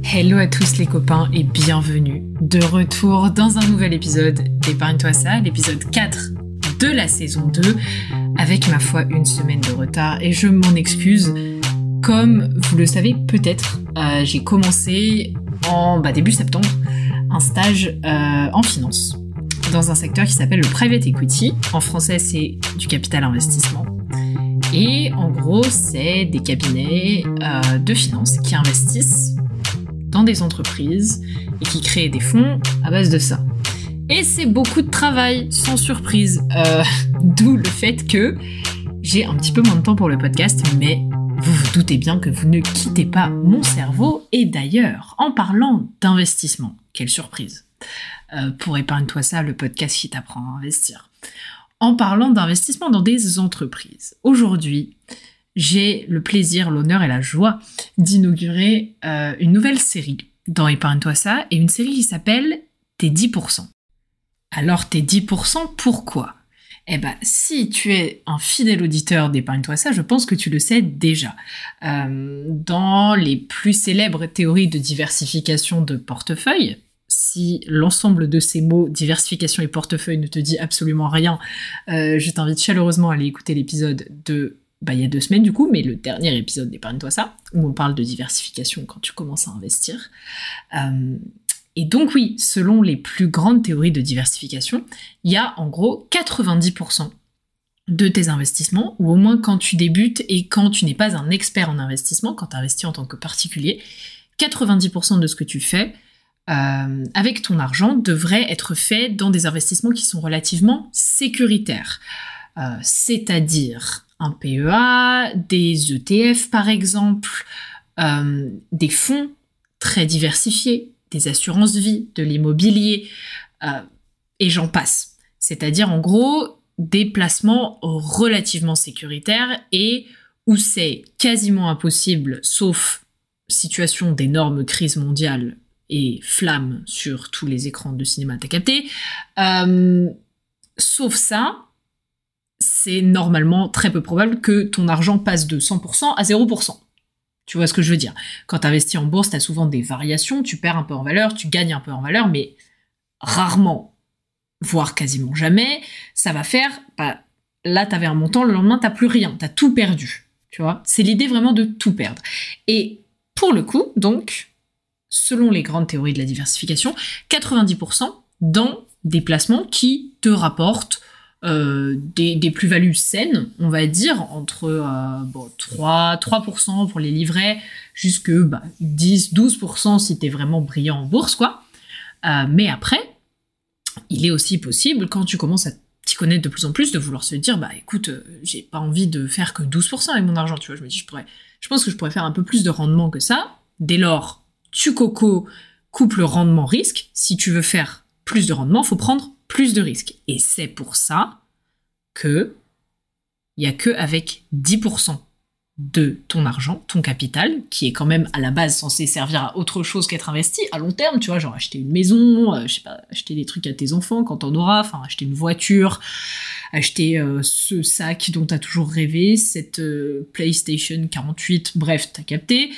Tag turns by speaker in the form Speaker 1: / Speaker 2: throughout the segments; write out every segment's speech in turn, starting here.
Speaker 1: Hello à tous les copains et bienvenue de retour dans un nouvel épisode d'Épargne-toi ça, l'épisode 4 de la saison 2, avec ma foi une semaine de retard et je m'en excuse. Comme vous le savez peut-être, j'ai commencé en début septembre un stage en finance dans un secteur qui s'appelle le private equity. En français, c'est du capital investissement. Et en gros, c'est des cabinets de finance qui investissent dans des entreprises et qui créent des fonds à base de ça. Et c'est beaucoup de travail, sans surprise. D'où le fait que j'ai un petit peu moins de temps pour le podcast, mais vous vous doutez bien que vous ne quittez pas mon cerveau. Et d'ailleurs, en parlant d'investissement, quelle surprise, pour Épargne-toi ça, le podcast qui t'apprend à investir. En parlant d'investissement dans des entreprises, aujourd'hui, j'ai le plaisir, l'honneur et la joie d'inaugurer une nouvelle série dans Épargne-toi ça, et une série qui s'appelle Tes 10%. Alors tes 10%, pourquoi ? Si tu es un fidèle auditeur d'Épargne-toi ça, je pense que tu le sais déjà. Dans les plus célèbres théories de diversification de portefeuille, si l'ensemble de ces mots, diversification et portefeuille, ne te dit absolument rien, je t'invite chaleureusement à aller écouter l'épisode de il y a 2 semaines du coup, mais le dernier épisode d'Épargne-toi ça, où on parle de diversification quand tu commences à investir. Et donc oui, selon les plus grandes théories de diversification, il y a en gros 90% de tes investissements, ou au moins quand tu débutes et quand tu n'es pas un expert en investissement, quand tu investis en tant que particulier, 90% de ce que tu fais avec ton argent devrait être fait dans des investissements qui sont relativement sécuritaires. C'est-à-dire un PEA, des ETF par exemple, des fonds très diversifiés, des assurances vie, de l'immobilier, et j'en passe. C'est-à-dire en gros des placements relativement sécuritaires et où c'est quasiment impossible, sauf situation d'énorme crise mondiale et flamme sur tous les écrans de cinéma, t'as capté, sauf ça, c'est normalement très peu probable que ton argent passe de 100% à 0%. Tu vois ce que je veux dire ? Quand tu investis en bourse, tu as souvent des variations, tu perds un peu en valeur, tu gagnes un peu en valeur, mais rarement, voire quasiment jamais, ça va faire, là tu avais un montant, le lendemain t'as plus rien, t'as tout perdu. Tu vois ? C'est l'idée vraiment de tout perdre. Et pour le coup, donc, selon les grandes théories de la diversification, 90% dans des placements qui te rapportent des plus-values saines, on va dire, entre 3% pour les livrets, jusque 10-12% si t'es vraiment brillant en bourse, quoi. Mais après, il est aussi possible, quand tu commences à t'y connaître de plus en plus, de vouloir se dire, écoute, j'ai pas envie de faire que 12% avec mon argent, tu vois, je me dis, je pense que je pourrais faire un peu plus de rendement que ça. Dès lors, tu couple rendement-risque. Si tu veux faire plus de rendement, faut prendre plus de risques. Et c'est pour ça que il y a que avec 10% de ton argent, ton capital, qui est quand même à la base censé servir à autre chose qu'être investi à long terme, tu vois, genre acheter une maison, acheter des trucs à tes enfants quand t'en auras, acheter une voiture, acheter ce sac dont t'as toujours rêvé, cette PlayStation 48, bref, t'as capté.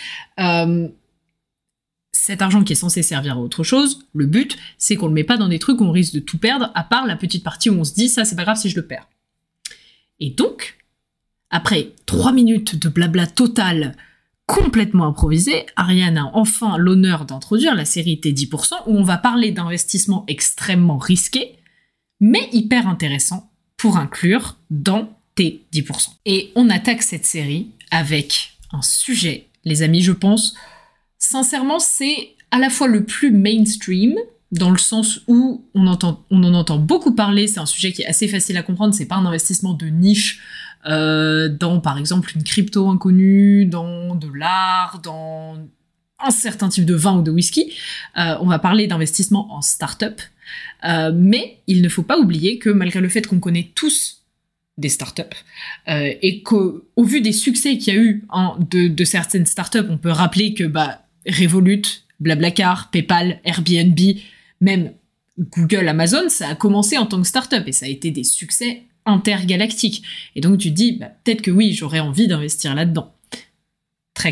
Speaker 1: Cet argent qui est censé servir à autre chose, le but, c'est qu'on le met pas dans des trucs où on risque de tout perdre, à part la petite partie où on se dit, ça c'est pas grave si je le perds. Et donc, après 3 minutes de blabla total, complètement improvisé, Ariane a enfin l'honneur d'introduire la série Tes 10%, où on va parler d'investissements extrêmement risqués, mais hyper intéressants pour inclure dans Tes 10%. Et on attaque cette série avec un sujet, les amis, je pense. Sincèrement, c'est à la fois le plus mainstream, dans le sens où on en entend beaucoup parler, c'est un sujet qui est assez facile à comprendre, c'est pas un investissement de niche dans, par exemple, une crypto inconnue, dans de l'art, dans un certain type de vin ou de whisky. On va parler d'investissement en start-up, mais il ne faut pas oublier que malgré le fait qu'on connaît tous des startups, et qu'au vu des succès qu'il y a eu de certaines startups, on peut rappeler que Revolut, Blablacar, PayPal, Airbnb, même Google, Amazon, ça a commencé en tant que startup et ça a été des succès intergalactiques. Et donc tu te dis, peut-être que oui, j'aurais envie d'investir là-dedans. Très clair,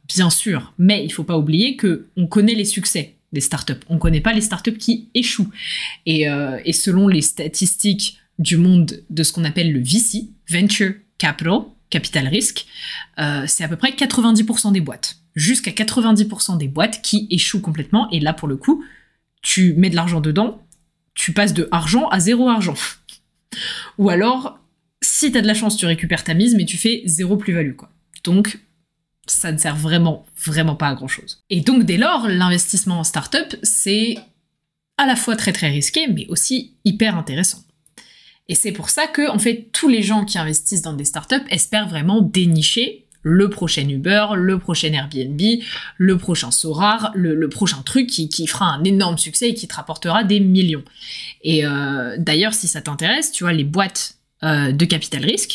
Speaker 1: bien sûr, mais il faut pas oublier que on connaît les succès des startups. On connaît pas les startups qui échouent. Et selon les statistiques du monde de ce qu'on appelle le VC, Venture Capital Risk, c'est à peu près 90% des boîtes. Jusqu'à 90% des boîtes qui échouent complètement. Et là, pour le coup, tu mets de l'argent dedans, tu passes de argent à 0 argent. Ou alors, si t'as de la chance, tu récupères ta mise, mais tu fais 0 plus-value, quoi. Donc, ça ne sert vraiment pas à grand-chose. Et donc, dès lors, l'investissement en start-up, c'est à la fois très très risqué, mais aussi hyper intéressant. Et c'est pour ça que, en fait, tous les gens qui investissent dans des startups espèrent vraiment dénicher le prochain Uber, le prochain Airbnb, le prochain Sorar, le prochain truc qui fera un énorme succès et qui te rapportera des millions. Et d'ailleurs, si ça t'intéresse, tu vois, les boîtes de capital risque,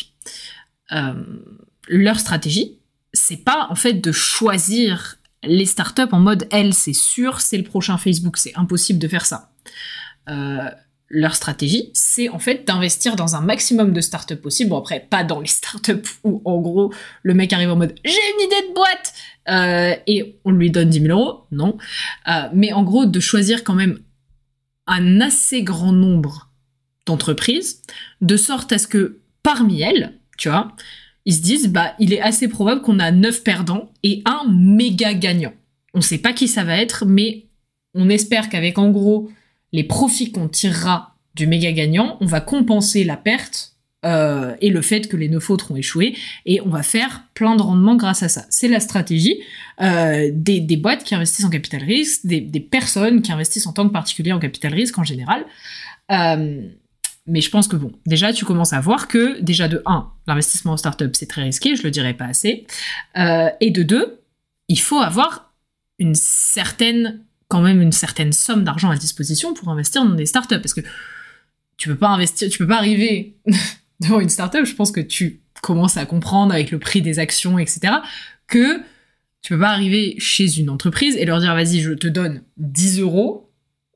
Speaker 1: leur stratégie, c'est pas en fait de choisir les startups en mode elle, c'est sûr, c'est le prochain Facebook, c'est impossible de faire ça. Leur stratégie, c'est en fait d'investir dans un maximum de startups possible. Bon, après, pas dans les startups où, en gros, le mec arrive en mode « j'ai une idée de boîte !» et on lui donne 10 000 euros. Non. Mais en gros, de choisir quand même un assez grand nombre d'entreprises, de sorte à ce que, parmi elles, tu vois, ils se disent « il est assez probable qu'on a 9 perdants et un méga gagnant. » On sait pas qui ça va être, mais on espère qu'avec, en gros, les profits qu'on tirera du méga gagnant, on va compenser la perte et le fait que les 9 autres ont échoué, et on va faire plein de rendements grâce à ça. C'est la stratégie des boîtes qui investissent en capital risque, des personnes qui investissent en tant que particulier en capital risque en général. Mais je pense que bon, déjà tu commences à voir que, déjà de 1, l'investissement en start-up c'est très risqué, je le dirais pas assez, et de 2, il faut avoir une certaine somme d'argent à disposition pour investir dans des startups, parce que tu peux pas arriver devant une startup, je pense que tu commences à comprendre avec le prix des actions, etc., que tu peux pas arriver chez une entreprise et leur dire vas-y, je te donne 10 euros,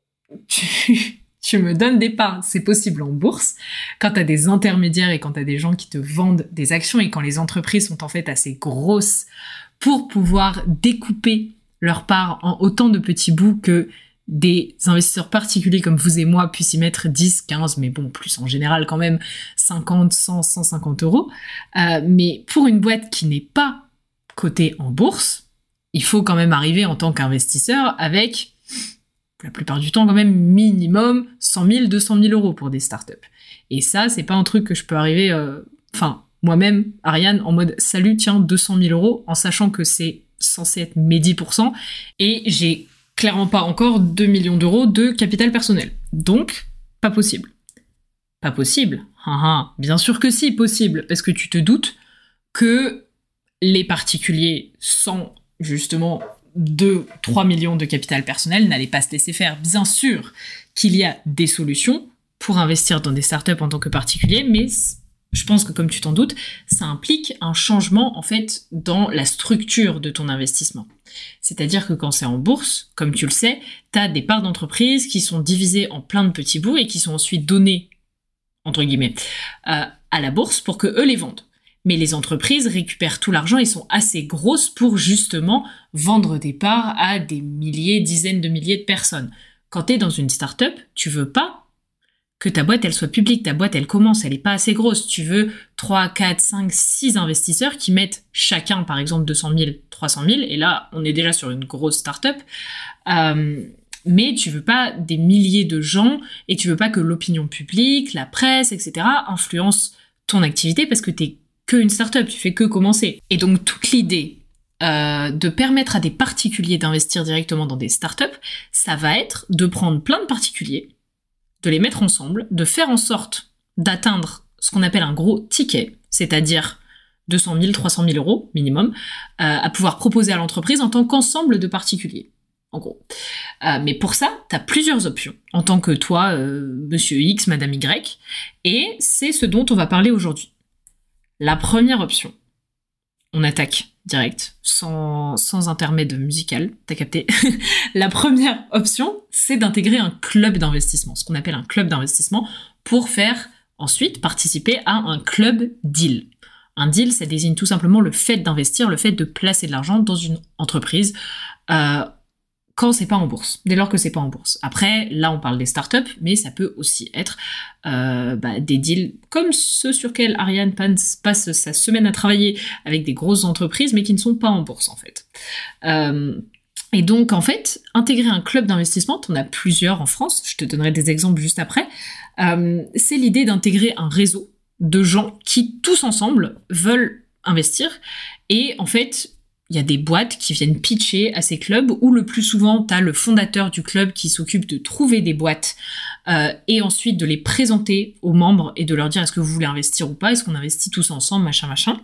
Speaker 1: tu me donnes des parts. C'est possible en bourse, quand t'as des intermédiaires et quand t'as des gens qui te vendent des actions, et quand les entreprises sont en fait assez grosses pour pouvoir découper leur part en autant de petits bouts que des investisseurs particuliers comme vous et moi puissent y mettre 10, 15, mais bon, plus en général quand même 50, 100, 150 euros. Mais pour une boîte qui n'est pas cotée en bourse, il faut quand même arriver en tant qu'investisseur avec, la plupart du temps quand même, minimum 100 000, 200 000 euros pour des startups. Et ça, c'est pas un truc que je peux arriver... moi-même, Ariane, en mode « Salut, tiens, 200 000 euros », en sachant que c'est censé être mes 10%, et j'ai clairement pas encore 2 millions d'euros de capital personnel. Donc, pas possible. Pas possible. Bien sûr que si, possible, parce que tu te doutes que les particuliers sans, justement, 2-3 millions de capital personnel n'allaient pas se laisser faire. Bien sûr qu'il y a des solutions pour investir dans des startups en tant que particulier, mais je pense que, comme tu t'en doutes, ça implique un changement, en fait, dans la structure de ton investissement. C'est-à-dire que quand c'est en bourse, comme tu le sais, t'as des parts d'entreprise qui sont divisées en plein de petits bouts et qui sont ensuite données, entre guillemets, à la bourse pour que eux les vendent. Mais les entreprises récupèrent tout l'argent et sont assez grosses pour, justement, vendre des parts à des milliers, dizaines de milliers de personnes. Quand t'es dans une start-up, tu veux pas que ta boîte, elle soit publique, ta boîte, elle commence, elle est pas assez grosse. Tu veux 3, 4, 5, 6 investisseurs qui mettent chacun, par exemple, 200 000, 300 000, et là, on est déjà sur une grosse start-up. Mais tu veux pas des milliers de gens, et tu veux pas que l'opinion publique, la presse, etc., influence ton activité, parce que t'es que une start-up, tu fais que commencer. Et donc, toute l'idée de permettre à des particuliers d'investir directement dans des start-up, ça va être de prendre plein de particuliers, de les mettre ensemble, de faire en sorte d'atteindre ce qu'on appelle un gros ticket, c'est-à-dire 200 000, 300 000 euros minimum, à pouvoir proposer à l'entreprise en tant qu'ensemble de particuliers, en gros. Mais pour ça, tu as plusieurs options, en tant que toi, monsieur X, madame Y, et c'est ce dont on va parler aujourd'hui. La première option, on attaque direct, sans intermède musical, t'as capté. La première option, c'est d'intégrer un club d'investissement, ce qu'on appelle un club d'investissement, pour faire ensuite participer à un club deal. Un deal, ça désigne tout simplement le fait d'investir, le fait de placer de l'argent dans une entreprise quand c'est pas en bourse, dès lors que c'est pas en bourse. Après, là, on parle des startups, mais ça peut aussi être des deals comme ceux sur lesquels Ariane passe sa semaine à travailler avec des grosses entreprises, mais qui ne sont pas en bourse, en fait. Et donc, en fait, intégrer un club d'investissement, t'en as plusieurs en France, je te donnerai des exemples juste après, c'est l'idée d'intégrer un réseau de gens qui, tous ensemble, veulent investir. Et en fait, il y a des boîtes qui viennent pitcher à ces clubs, où le plus souvent, t'as le fondateur du club qui s'occupe de trouver des boîtes et ensuite de les présenter aux membres et de leur dire est-ce que vous voulez investir ou pas, est-ce qu'on investit tous ensemble, machin.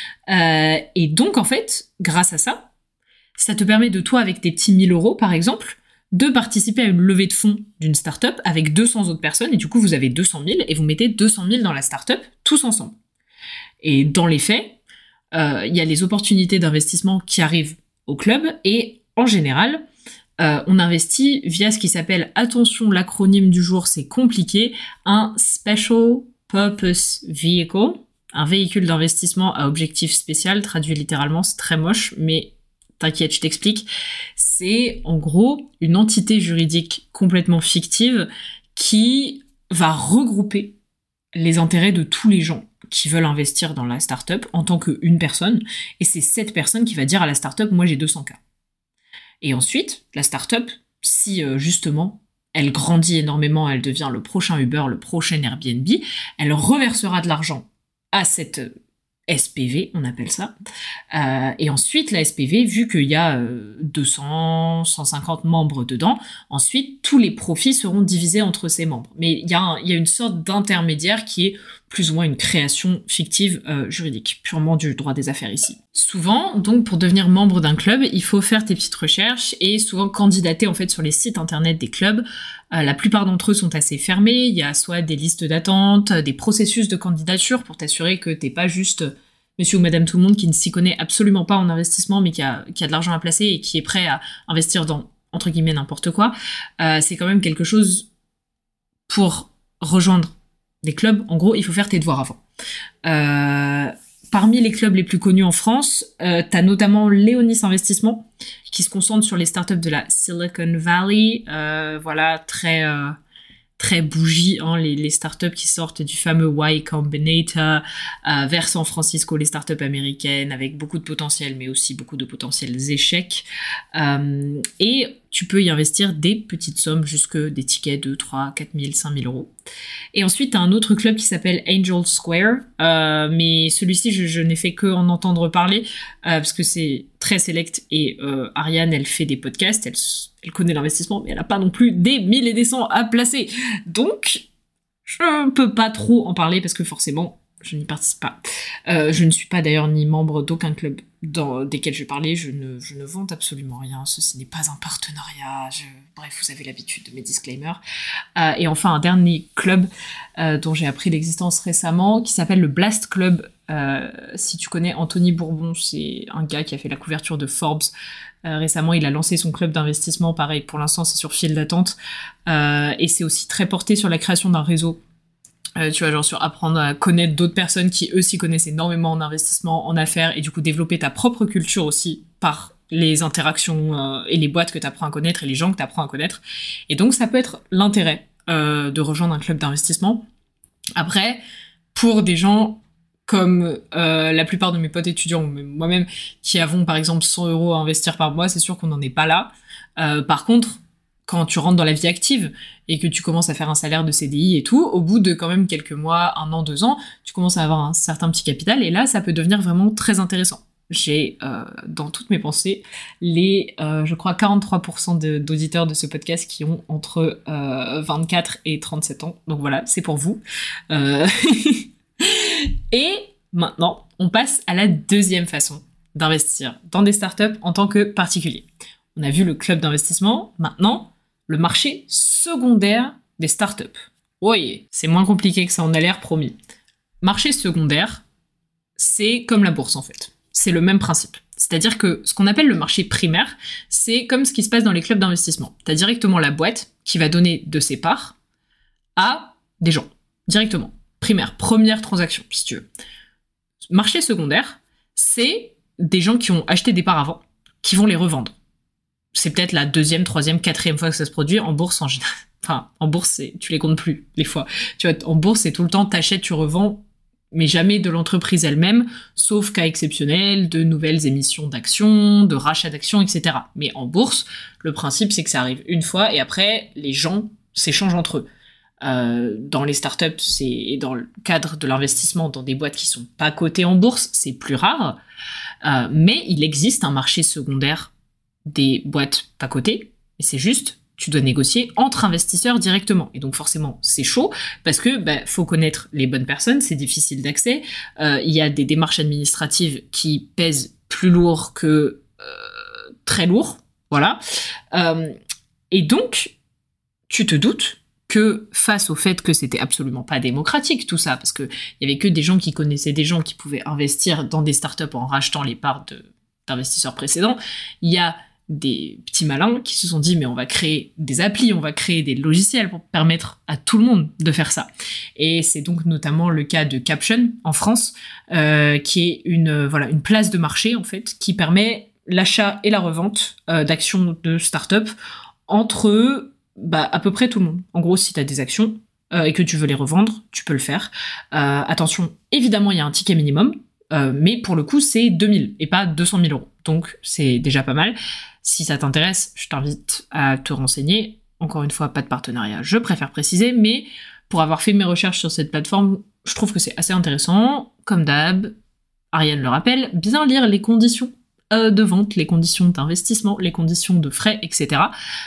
Speaker 1: Et donc, en fait, grâce à ça, ça te permet de toi, avec tes petits 1000 euros, par exemple, de participer à une levée de fonds d'une start-up avec 200 autres personnes, et du coup, vous avez 200 000, et vous mettez 200 000 dans la start-up, tous ensemble. Et dans les faits, il y a les opportunités d'investissement qui arrivent au club, et en général, on investit via ce qui s'appelle, attention, l'acronyme du jour, c'est compliqué, un Special Purpose Vehicle, un véhicule d'investissement à objectif spécial, traduit littéralement, c'est très moche, mais t'inquiète, je t'explique. C'est en gros une entité juridique complètement fictive qui va regrouper les intérêts de tous les gens qui veulent investir dans la startup en tant qu'une personne, et c'est cette personne qui va dire à la startup « moi j'ai 200K ». Et ensuite, la startup, si justement elle grandit énormément, elle devient le prochain Uber, le prochain Airbnb, elle reversera de l'argent à cette SPV, on appelle ça. Et ensuite, la SPV, vu qu'il y a 200, 150 membres dedans, ensuite, tous les profits seront divisés entre ces membres. Mais il y a une sorte d'intermédiaire qui est plus ou moins une création fictive juridique, purement du droit des affaires ici. Souvent, donc, pour devenir membre d'un club, il faut faire tes petites recherches et souvent candidater en fait sur les sites internet des clubs. La plupart d'entre eux sont assez fermés. Il y a soit des listes d'attente, des processus de candidature pour t'assurer que t'es pas juste monsieur ou madame tout le monde qui ne s'y connaît absolument pas en investissement, mais qui a de l'argent à placer et qui est prêt à investir dans, entre guillemets, n'importe quoi. C'est quand même quelque chose pour rejoindre des clubs. En gros, il faut faire tes devoirs avant. Parmi les clubs les plus connus en France, t'as notamment Léonis Investissement, qui se concentre sur les startups de la Silicon Valley. Voilà, très bougie, hein, les startups qui sortent du fameux Y Combinator, vers San Francisco, les startups américaines, avec beaucoup de potentiel, mais aussi beaucoup de potentiels échecs. Et tu peux y investir des petites sommes, jusque des tickets de 3, 4 000, 5 000 euros. Et ensuite, t'as un autre club qui s'appelle Angel Square, mais celui-ci, je n'ai fait que en entendre parler, parce que c'est très select, et Ariane, elle fait des podcasts, elle connaît l'investissement, mais elle n'a pas non plus des 1000 et des 100 à placer. Donc, je peux pas trop en parler, parce que forcément, je n'y participe pas. Je ne suis pas d'ailleurs ni membre d'aucun club desquels je parlais, je ne vante absolument rien, ceci n'est pas un partenariat, bref, vous avez l'habitude de mes disclaimers. Et enfin, un dernier club dont j'ai appris l'existence récemment, qui s'appelle le Blast Club. Si tu connais Anthony Bourbon, c'est un gars qui a fait la couverture de Forbes. Récemment, il a lancé son club d'investissement, pareil, pour l'instant c'est sur file d'attente, et c'est aussi très porté sur la création d'un réseau. Tu vois, genre sur apprendre à connaître d'autres personnes qui, eux, s'y connaissent énormément en investissement, en affaires, et du coup développer ta propre culture aussi par les interactions et les boîtes que tu apprends à connaître et les gens que tu apprends à connaître. Et donc, ça peut être l'intérêt de rejoindre un club d'investissement. Après, pour des gens comme la plupart de mes potes étudiants, ou même moi-même, qui avons par exemple 100 euros à investir par mois, c'est sûr qu'on n'en est pas là. Par contre, quand tu rentres dans la vie active et que tu commences à faire un salaire de CDI et tout, au bout de quand même quelques mois, 1 an, 2 ans, tu commences à avoir un certain petit capital, et là, ça peut devenir vraiment très intéressant. J'ai, dans toutes mes pensées, je crois 43% d'auditeurs de ce podcast qui ont entre 24 et 37 ans. Donc voilà, c'est pour vous. Et maintenant, on passe à la deuxième façon d'investir dans des startups en tant que particulier. On a vu le club d'investissement, maintenant, le marché secondaire des startups. Oui, c'est moins compliqué que ça en a l'air, promis. Marché secondaire, c'est comme la bourse en fait. C'est le même principe. C'est-à-dire que ce qu'on appelle le marché primaire, c'est comme ce qui se passe dans les clubs d'investissement. T'as directement la boîte qui va donner de ses parts à des gens. Directement. Primaire. Première transaction, si tu veux. marché secondaire, c'est des gens qui ont acheté des parts avant, qui vont les revendre. C'est peut-être la deuxième, troisième, quatrième fois que ça se produit en bourse en général. Enfin, en bourse, tu les comptes plus, les fois. Tu vois, en bourse, c'est tout le temps t'achètes, tu revends, mais jamais de l'entreprise elle-même, sauf cas exceptionnel, de nouvelles émissions d'actions, de rachats d'actions, etc. Mais en bourse, le principe, c'est que ça arrive une fois, et après, les gens s'échangent entre eux. Dans les startups, et dans le cadre de l'investissement dans des boîtes qui sont pas cotées en bourse, c'est plus rare. Mais il existe un marché secondaire des boîtes pas cotées, et c'est juste, tu dois négocier entre investisseurs directement. Et donc forcément, c'est chaud, parce que faut connaître les bonnes personnes, c'est difficile d'accès, il y a des démarches administratives qui pèsent plus lourd que très lourd, voilà. Et donc, tu te doutes que face au fait que c'était absolument pas démocratique tout ça, parce que il y avait que des gens qui connaissaient des gens qui pouvaient investir dans des startups en rachetant les parts d'investisseurs précédents, il y a des petits malins qui se sont dit mais on va créer des applis, on va créer des logiciels pour permettre à tout le monde de faire ça. Et c'est donc notamment le cas de Caption en France, qui est une place de marché en fait qui permet l'achat et la revente d'actions de start-up entre à peu près tout le monde. En gros, si tu as des actions et que tu veux les revendre, tu peux le faire. Attention, évidemment, il y a un ticket minimum, mais pour le coup, c'est 2000 et pas 200 000 euros. Donc, c'est déjà pas mal. Si ça t'intéresse, je t'invite à te renseigner. Encore une fois, pas de partenariat, je préfère préciser, mais pour avoir fait mes recherches sur cette plateforme, je trouve que c'est assez intéressant. Comme d'hab, Ariane le rappelle, bien lire les conditions de vente, les conditions d'investissement, les conditions de frais, etc.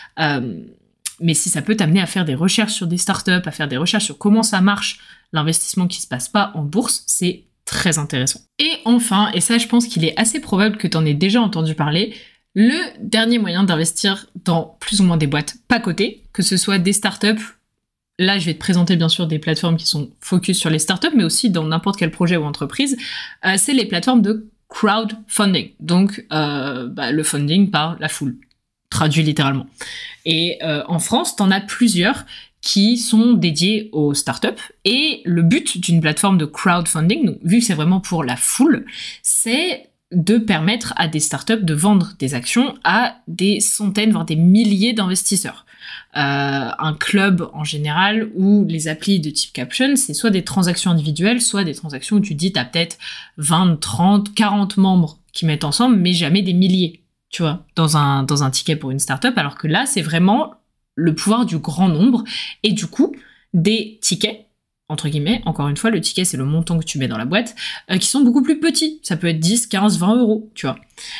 Speaker 1: Mais si ça peut t'amener à faire des recherches sur des startups, à faire des recherches sur comment ça marche, l'investissement qui se passe pas en bourse, c'est très intéressant. Et enfin, et ça je pense qu'il est assez probable que t'en aies déjà entendu parler, le dernier moyen d'investir dans plus ou moins des boîtes pas cotées, que ce soit des startups, là je vais te présenter bien sûr des plateformes qui sont focus sur les startups, mais aussi dans n'importe quel projet ou entreprise, c'est les plateformes de crowdfunding, donc le funding par la foule, traduit littéralement. Et en France, t'en as plusieurs qui sont dédiés aux startups. Et le but d'une plateforme de crowdfunding, donc, vu que c'est vraiment pour la foule, c'est de permettre à des startups de vendre des actions à des centaines, voire des milliers d'investisseurs. Un club en général, ou les applis de type Caption, c'est soit des transactions individuelles, soit des transactions où tu dis t'as peut-être 20, 30, 40 membres qui mettent ensemble, mais jamais des milliers, tu vois, dans un ticket pour une startup, alors que là, c'est vraiment le pouvoir du grand nombre, et du coup, des tickets, entre guillemets, encore une fois, le ticket, c'est le montant que tu mets dans la boîte, qui sont beaucoup plus petits. Ça peut être 10, 15, 20 euros, tu vois.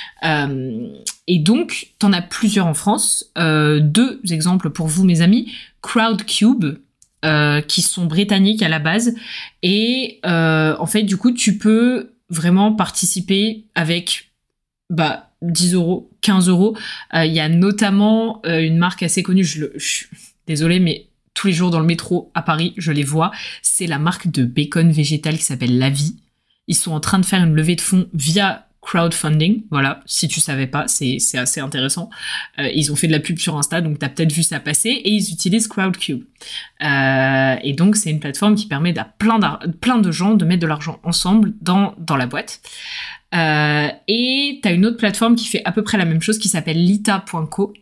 Speaker 1: Et donc, t'en as plusieurs en France. 2 exemples pour vous, mes amis. Crowdcube, qui sont britanniques à la base. Et en fait, du coup, tu peux vraiment participer avec 10 euros, 15 euros. Il y a notamment une marque assez connue, je suis désolée, mais tous les jours dans le métro à Paris, je les vois. C'est la marque de bacon végétal qui s'appelle La Vie. Ils sont en train de faire une levée de fonds via crowdfunding. Voilà, si tu savais pas, c'est assez intéressant. Ils ont fait de la pub sur Insta, donc t'as peut-être vu ça passer, et ils utilisent Crowdcube. Et donc c'est une plateforme qui permet à plein de gens de mettre de l'argent ensemble dans la boîte. Et t'as une autre plateforme qui fait à peu près la même chose, qui s'appelle lita.co.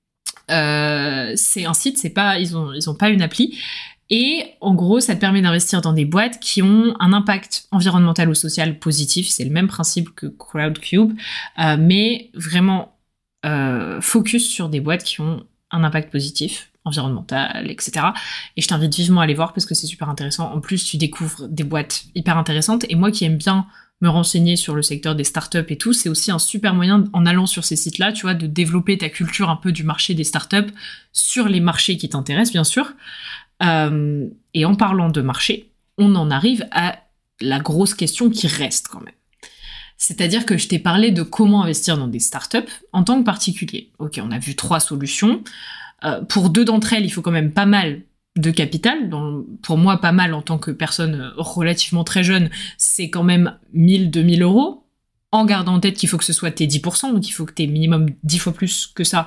Speaker 1: C'est un site, ils ont pas une appli, et en gros ça te permet d'investir dans des boîtes qui ont un impact environnemental ou social positif. C'est le même principe que Crowdcube, mais vraiment focus sur des boîtes qui ont un impact positif environnemental, etc. Et je t'invite vivement à aller voir parce que c'est super intéressant. En plus, tu découvres des boîtes hyper intéressantes, et moi qui aime bien me renseigner sur le secteur des startups et tout, c'est aussi un super moyen, en allant sur ces sites-là, tu vois, de développer ta culture un peu du marché des startups sur les marchés qui t'intéressent, bien sûr. Et en parlant de marché, on en arrive à la grosse question qui reste quand même. C'est-à-dire que je t'ai parlé de comment investir dans des startups en tant que particulier. Ok, on a vu 3 solutions. Pour 2 d'entre elles, il faut quand même pas mal de capital. Pour moi, pas mal en tant que personne relativement très jeune, c'est quand même 1000, 2000 euros, en gardant en tête qu'il faut que ce soit tes 10%, donc il faut que t'aies minimum 10 fois plus que ça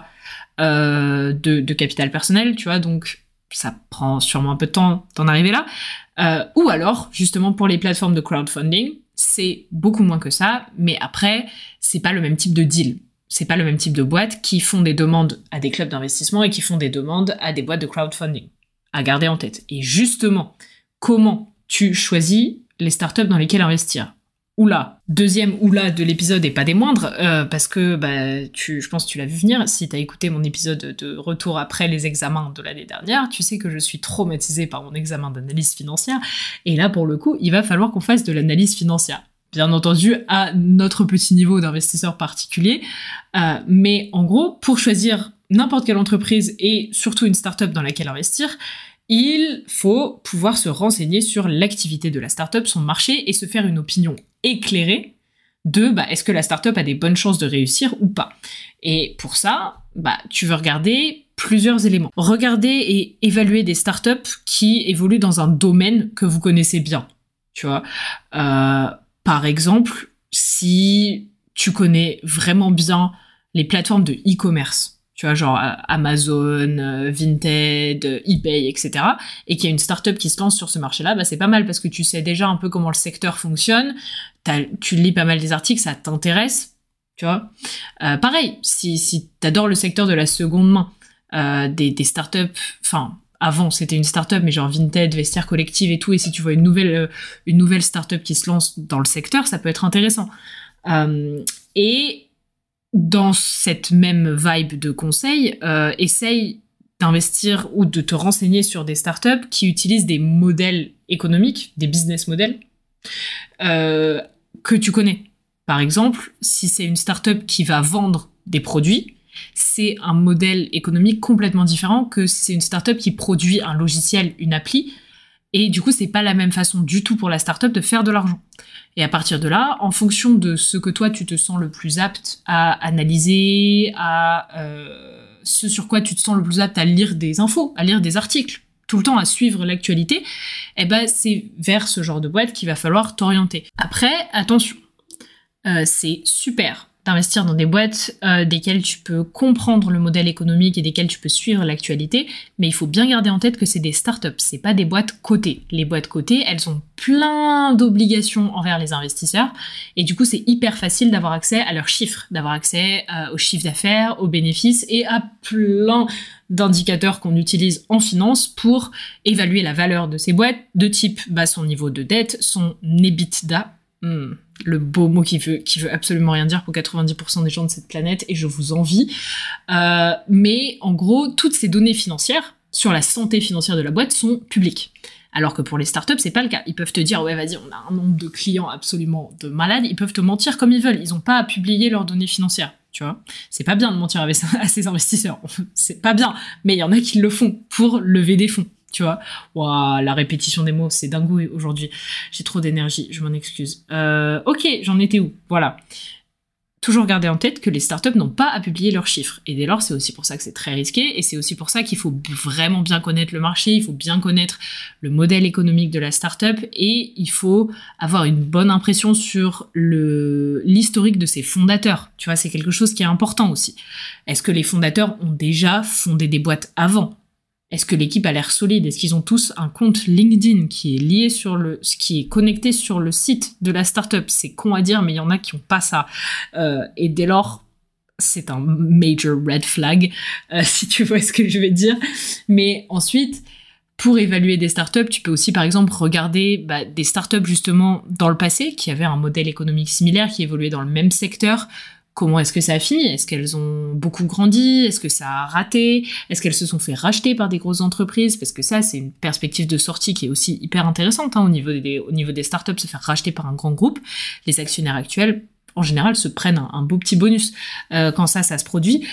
Speaker 1: de capital personnel, tu vois, donc ça prend sûrement un peu de temps d'en arriver là. Ou alors, justement, pour les plateformes de crowdfunding, c'est beaucoup moins que ça, mais après, c'est pas le même type de deal. C'est pas le même type de boîtes qui font des demandes à des clubs d'investissement et qui font des demandes à des boîtes de crowdfunding. À garder en tête. Et justement, comment tu choisis les startups dans lesquelles investir? Oula, deuxième oula de l'épisode et pas des moindres, parce que je pense que tu l'as vu venir, si t'as écouté mon épisode de retour après les examens de l'année dernière, tu sais que je suis traumatisée par mon examen d'analyse financière, et là pour le coup, il va falloir qu'on fasse de l'analyse financière. Bien entendu, à notre petit niveau d'investisseur particulier, mais en gros, pour choisir n'importe quelle entreprise et surtout une startup dans laquelle investir, il faut pouvoir se renseigner sur l'activité de la startup, son marché, et se faire une opinion éclairée de est-ce que la startup a des bonnes chances de réussir ou pas. Et pour ça, tu veux regarder plusieurs éléments. Regarder et évaluer des startups qui évoluent dans un domaine que vous connaissez bien. Tu vois, par exemple, si tu connais vraiment bien les plateformes de e-commerce, tu vois, genre Amazon, Vinted, eBay, etc., et qu'il y a une startup qui se lance sur ce marché-là, c'est pas mal parce que tu sais déjà un peu comment le secteur fonctionne, tu lis pas mal des articles, ça t'intéresse, tu vois. Pareil, si t'adores le secteur de la seconde main, des startups, enfin, avant c'était une startup, mais genre Vinted, Vestiaire Collective et tout, et si tu vois une nouvelle startup qui se lance dans le secteur, ça peut être intéressant. Et dans cette même vibe de conseil, essaye d'investir ou de te renseigner sur des startups qui utilisent des modèles économiques, des business models, que tu connais. Par exemple, si c'est une startup qui va vendre des produits, c'est un modèle économique complètement différent que si c'est une startup qui produit un logiciel, une appli, et du coup, c'est pas la même façon du tout pour la startup de faire de l'argent. Et à partir de là, en fonction de ce que toi, tu te sens le plus apte à analyser, ce sur quoi tu te sens le plus apte à lire des infos, à lire des articles, tout le temps à suivre l'actualité, c'est vers ce genre de boîte qu'il va falloir t'orienter. Après, attention, c'est super d'investir dans des boîtes desquelles tu peux comprendre le modèle économique et desquelles tu peux suivre l'actualité, mais il faut bien garder en tête que c'est des startups, c'est pas des boîtes cotées. Les boîtes cotées, elles ont plein d'obligations envers les investisseurs, et du coup c'est hyper facile d'avoir accès à leurs chiffres, d'avoir accès aux chiffres d'affaires, aux bénéfices, et à plein d'indicateurs qu'on utilise en finance pour évaluer la valeur de ces boîtes, de type son niveau de dette, son EBITDA, le beau mot qui veut absolument rien dire pour 90% des gens de cette planète, et je vous envie. Mais en gros, toutes ces données financières sur la santé financière de la boîte sont publiques. Alors que pour les startups, c'est pas le cas. Ils peuvent te dire, ouais, vas-y, on a un nombre de clients absolument de malades. Ils peuvent te mentir comme ils veulent. Ils ont pas à publier leurs données financières, tu vois. C'est pas bien de mentir à ses investisseurs. C'est pas bien. Mais il y en a qui le font pour lever des fonds. Tu vois, wow, la répétition des mots, c'est dingouille aujourd'hui. J'ai trop d'énergie, je m'en excuse. Ok, j'en étais où? Voilà. Toujours garder en tête que les startups n'ont pas à publier leurs chiffres. Et dès lors, c'est aussi pour ça que c'est très risqué, et c'est aussi pour ça qu'il faut vraiment bien connaître le marché, il faut bien connaître le modèle économique de la startup, et il faut avoir une bonne impression sur l'historique de ses fondateurs. Tu vois, c'est quelque chose qui est important aussi. Est-ce que les fondateurs ont déjà fondé des boîtes avant ? Est-ce que l'équipe a l'air solide? Est-ce qu'ils ont tous un compte LinkedIn qui est lié qui est connecté sur le site de la startup? C'est con à dire, mais il y en a qui ont pas ça. Et dès lors, c'est un major red flag, si tu vois ce que je vais dire. Mais ensuite, pour évaluer des startups, tu peux aussi, par exemple, regarder des startups justement dans le passé qui avaient un modèle économique similaire, qui évoluaient dans le même secteur. Comment est-ce que ça a fini? Est-ce qu'elles ont beaucoup grandi? Est-ce que ça a raté? Est-ce qu'elles se sont fait racheter par des grosses entreprises? Parce que ça, c'est une perspective de sortie qui est aussi hyper intéressante au niveau des startups, se faire racheter par un grand groupe. Les actionnaires actuels, en général, se prennent un beau petit bonus quand ça se produit.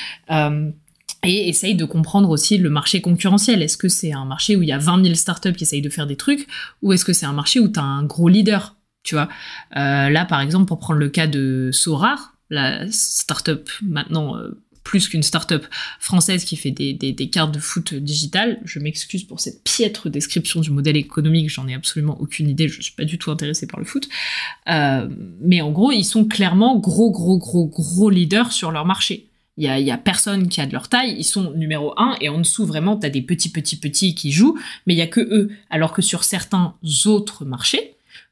Speaker 1: Et essaye de comprendre aussi le marché concurrentiel. Est-ce que c'est un marché où il y a 20 000 startups qui essayent de faire des trucs? Ou est-ce que c'est un marché où tu as un gros leader? Tu vois, là, par exemple, pour prendre le cas de Sorare, la start-up maintenant plus qu'une start-up française qui fait des cartes de foot digitales. Je m'excuse pour cette piètre description du modèle économique, j'en ai absolument aucune idée, je suis pas du tout intéressée par le foot. Mais en gros, ils sont clairement gros leaders sur leur marché. Il y a personne qui a de leur taille, ils sont numéro 1, et en dessous, vraiment, t'as des petits qui jouent, mais il y a que eux. Alors que sur certains autres marchés,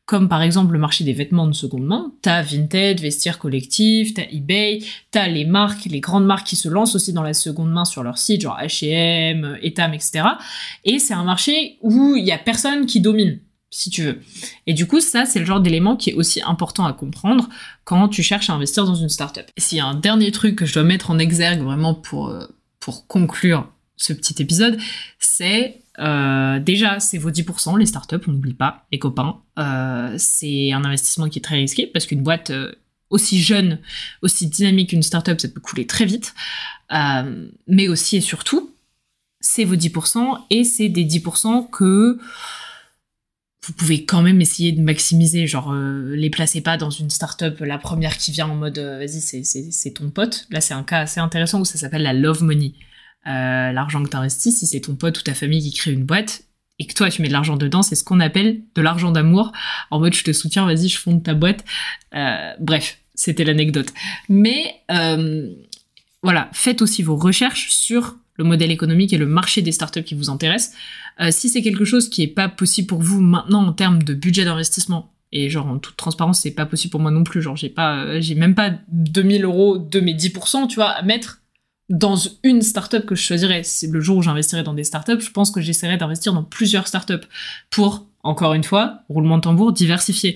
Speaker 1: comme par exemple le marché des vêtements de seconde main, t'as Vinted, Vestiaire Collectif, t'as eBay, t'as les marques, les grandes marques qui se lancent aussi dans la seconde main sur leur site, genre H&M, Etam, etc. Et c'est un marché où il y a personne qui domine, si tu veux. Et du coup, ça, c'est le genre d'élément qui est aussi important à comprendre quand tu cherches à investir dans une startup. Et s'il y a un dernier truc que je dois mettre en exergue vraiment pour conclure ce petit épisode, c'est déjà, c'est vos 10%, les startups, on n'oublie pas, les copains. C'est un investissement qui est très risqué parce qu'une boîte aussi jeune, aussi dynamique qu'une startup, ça peut couler très vite. Mais aussi et surtout, c'est vos 10% et c'est des 10% que vous pouvez quand même essayer de maximiser, genre les placez pas dans une startup la première qui vient en mode vas-y c'est ton pote. Là c'est un cas assez intéressant où ça s'appelle la love money. L'argent que t'investis, si c'est ton pote ou ta famille qui crée une boîte et que toi tu mets de l'argent dedans, c'est ce qu'on appelle de l'argent d'amour, en mode je te soutiens, vas-y je fonde ta boîte. Bref, c'était l'anecdote. Mais voilà, faites aussi vos recherches sur le modèle économique et le marché des startups qui vous intéressent. Si c'est quelque chose qui est pas possible pour vous maintenant en termes de budget d'investissement, et genre en toute transparence c'est pas possible pour moi non plus, genre j'ai même pas 2000 € de mes 10%, tu vois, à mettre dans une startup que je choisirais. C'est le jour où j'investirai dans des startups, je pense que j'essaierai d'investir dans plusieurs startups pour, encore une fois, roulement de tambour, diversifier.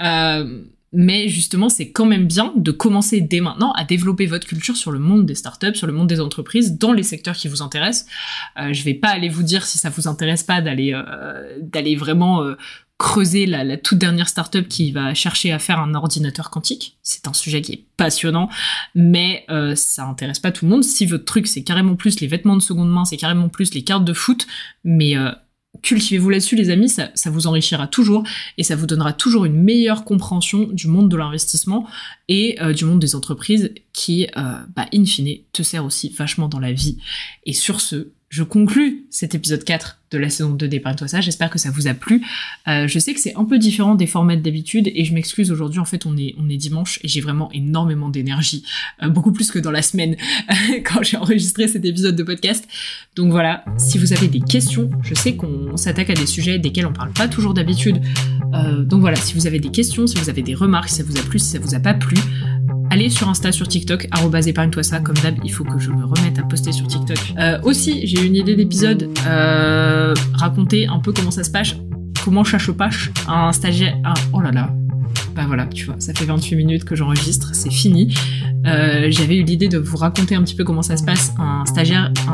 Speaker 1: Mais justement, c'est quand même bien de commencer dès maintenant à développer votre culture sur le monde des startups, sur le monde des entreprises, dans les secteurs qui vous intéressent. Je vais pas aller vous dire si ça vous intéresse pas d'aller vraiment creuser la toute dernière startup qui va chercher à faire un ordinateur quantique. C'est un sujet qui est passionnant, mais ça intéresse pas tout le monde. Si votre truc c'est carrément plus les vêtements de seconde main, c'est carrément plus les cartes de foot, mais cultivez-vous là-dessus les amis, ça vous enrichira toujours et ça vous donnera toujours une meilleure compréhension du monde de l'investissement et du monde des entreprises qui, in fine, te sert aussi vachement dans la vie. Et sur ce, je conclus cet épisode 4 de la saison 2 d'Épargne-toi ça. J'espère que ça vous a plu. Je sais que c'est un peu différent des formats d'habitude et je m'excuse aujourd'hui. En fait, on est dimanche et j'ai vraiment énormément d'énergie, beaucoup plus que dans la semaine quand j'ai enregistré cet épisode de podcast. Donc voilà, si vous avez des questions, je sais qu'on s'attaque à des sujets desquels on parle pas toujours d'habitude. Donc voilà, si vous avez des questions, si vous avez des remarques, si ça vous a plu, si ça vous a pas plu, allez sur Insta, sur TikTok, @épargne-toi ça, comme d'hab, il faut que je me remette à poster sur TikTok. Aussi, j'ai une idée d'épisode, raconter un peu comment ça se passe, comment chache-pache un stagiaire, oh là là, bah voilà, tu vois, ça fait 28 minutes que j'enregistre, c'est fini. J'avais eu l'idée de vous raconter un petit peu comment ça se passe, un stage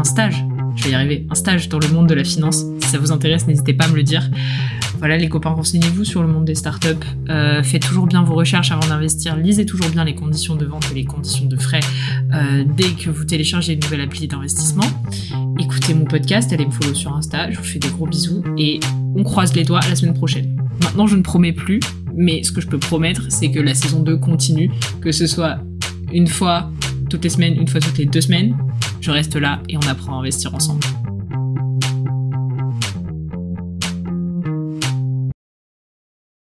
Speaker 1: dans le monde de la finance. Si ça vous intéresse, n'hésitez pas à me le dire. Voilà les copains, renseignez-vous sur le monde des startups, faites toujours bien vos recherches avant d'investir, lisez toujours bien les conditions de vente et les conditions de frais dès que vous téléchargez une nouvelle appli d'investissement. Écoutez mon podcast, allez me follow sur Insta, je vous fais des gros bisous et on croise les doigts la semaine prochaine. Maintenant je ne promets plus, mais ce que je peux promettre c'est que la saison 2 continue, que ce soit une fois toutes les semaines, une fois toutes les 2 semaines, je reste là et on apprend à investir ensemble.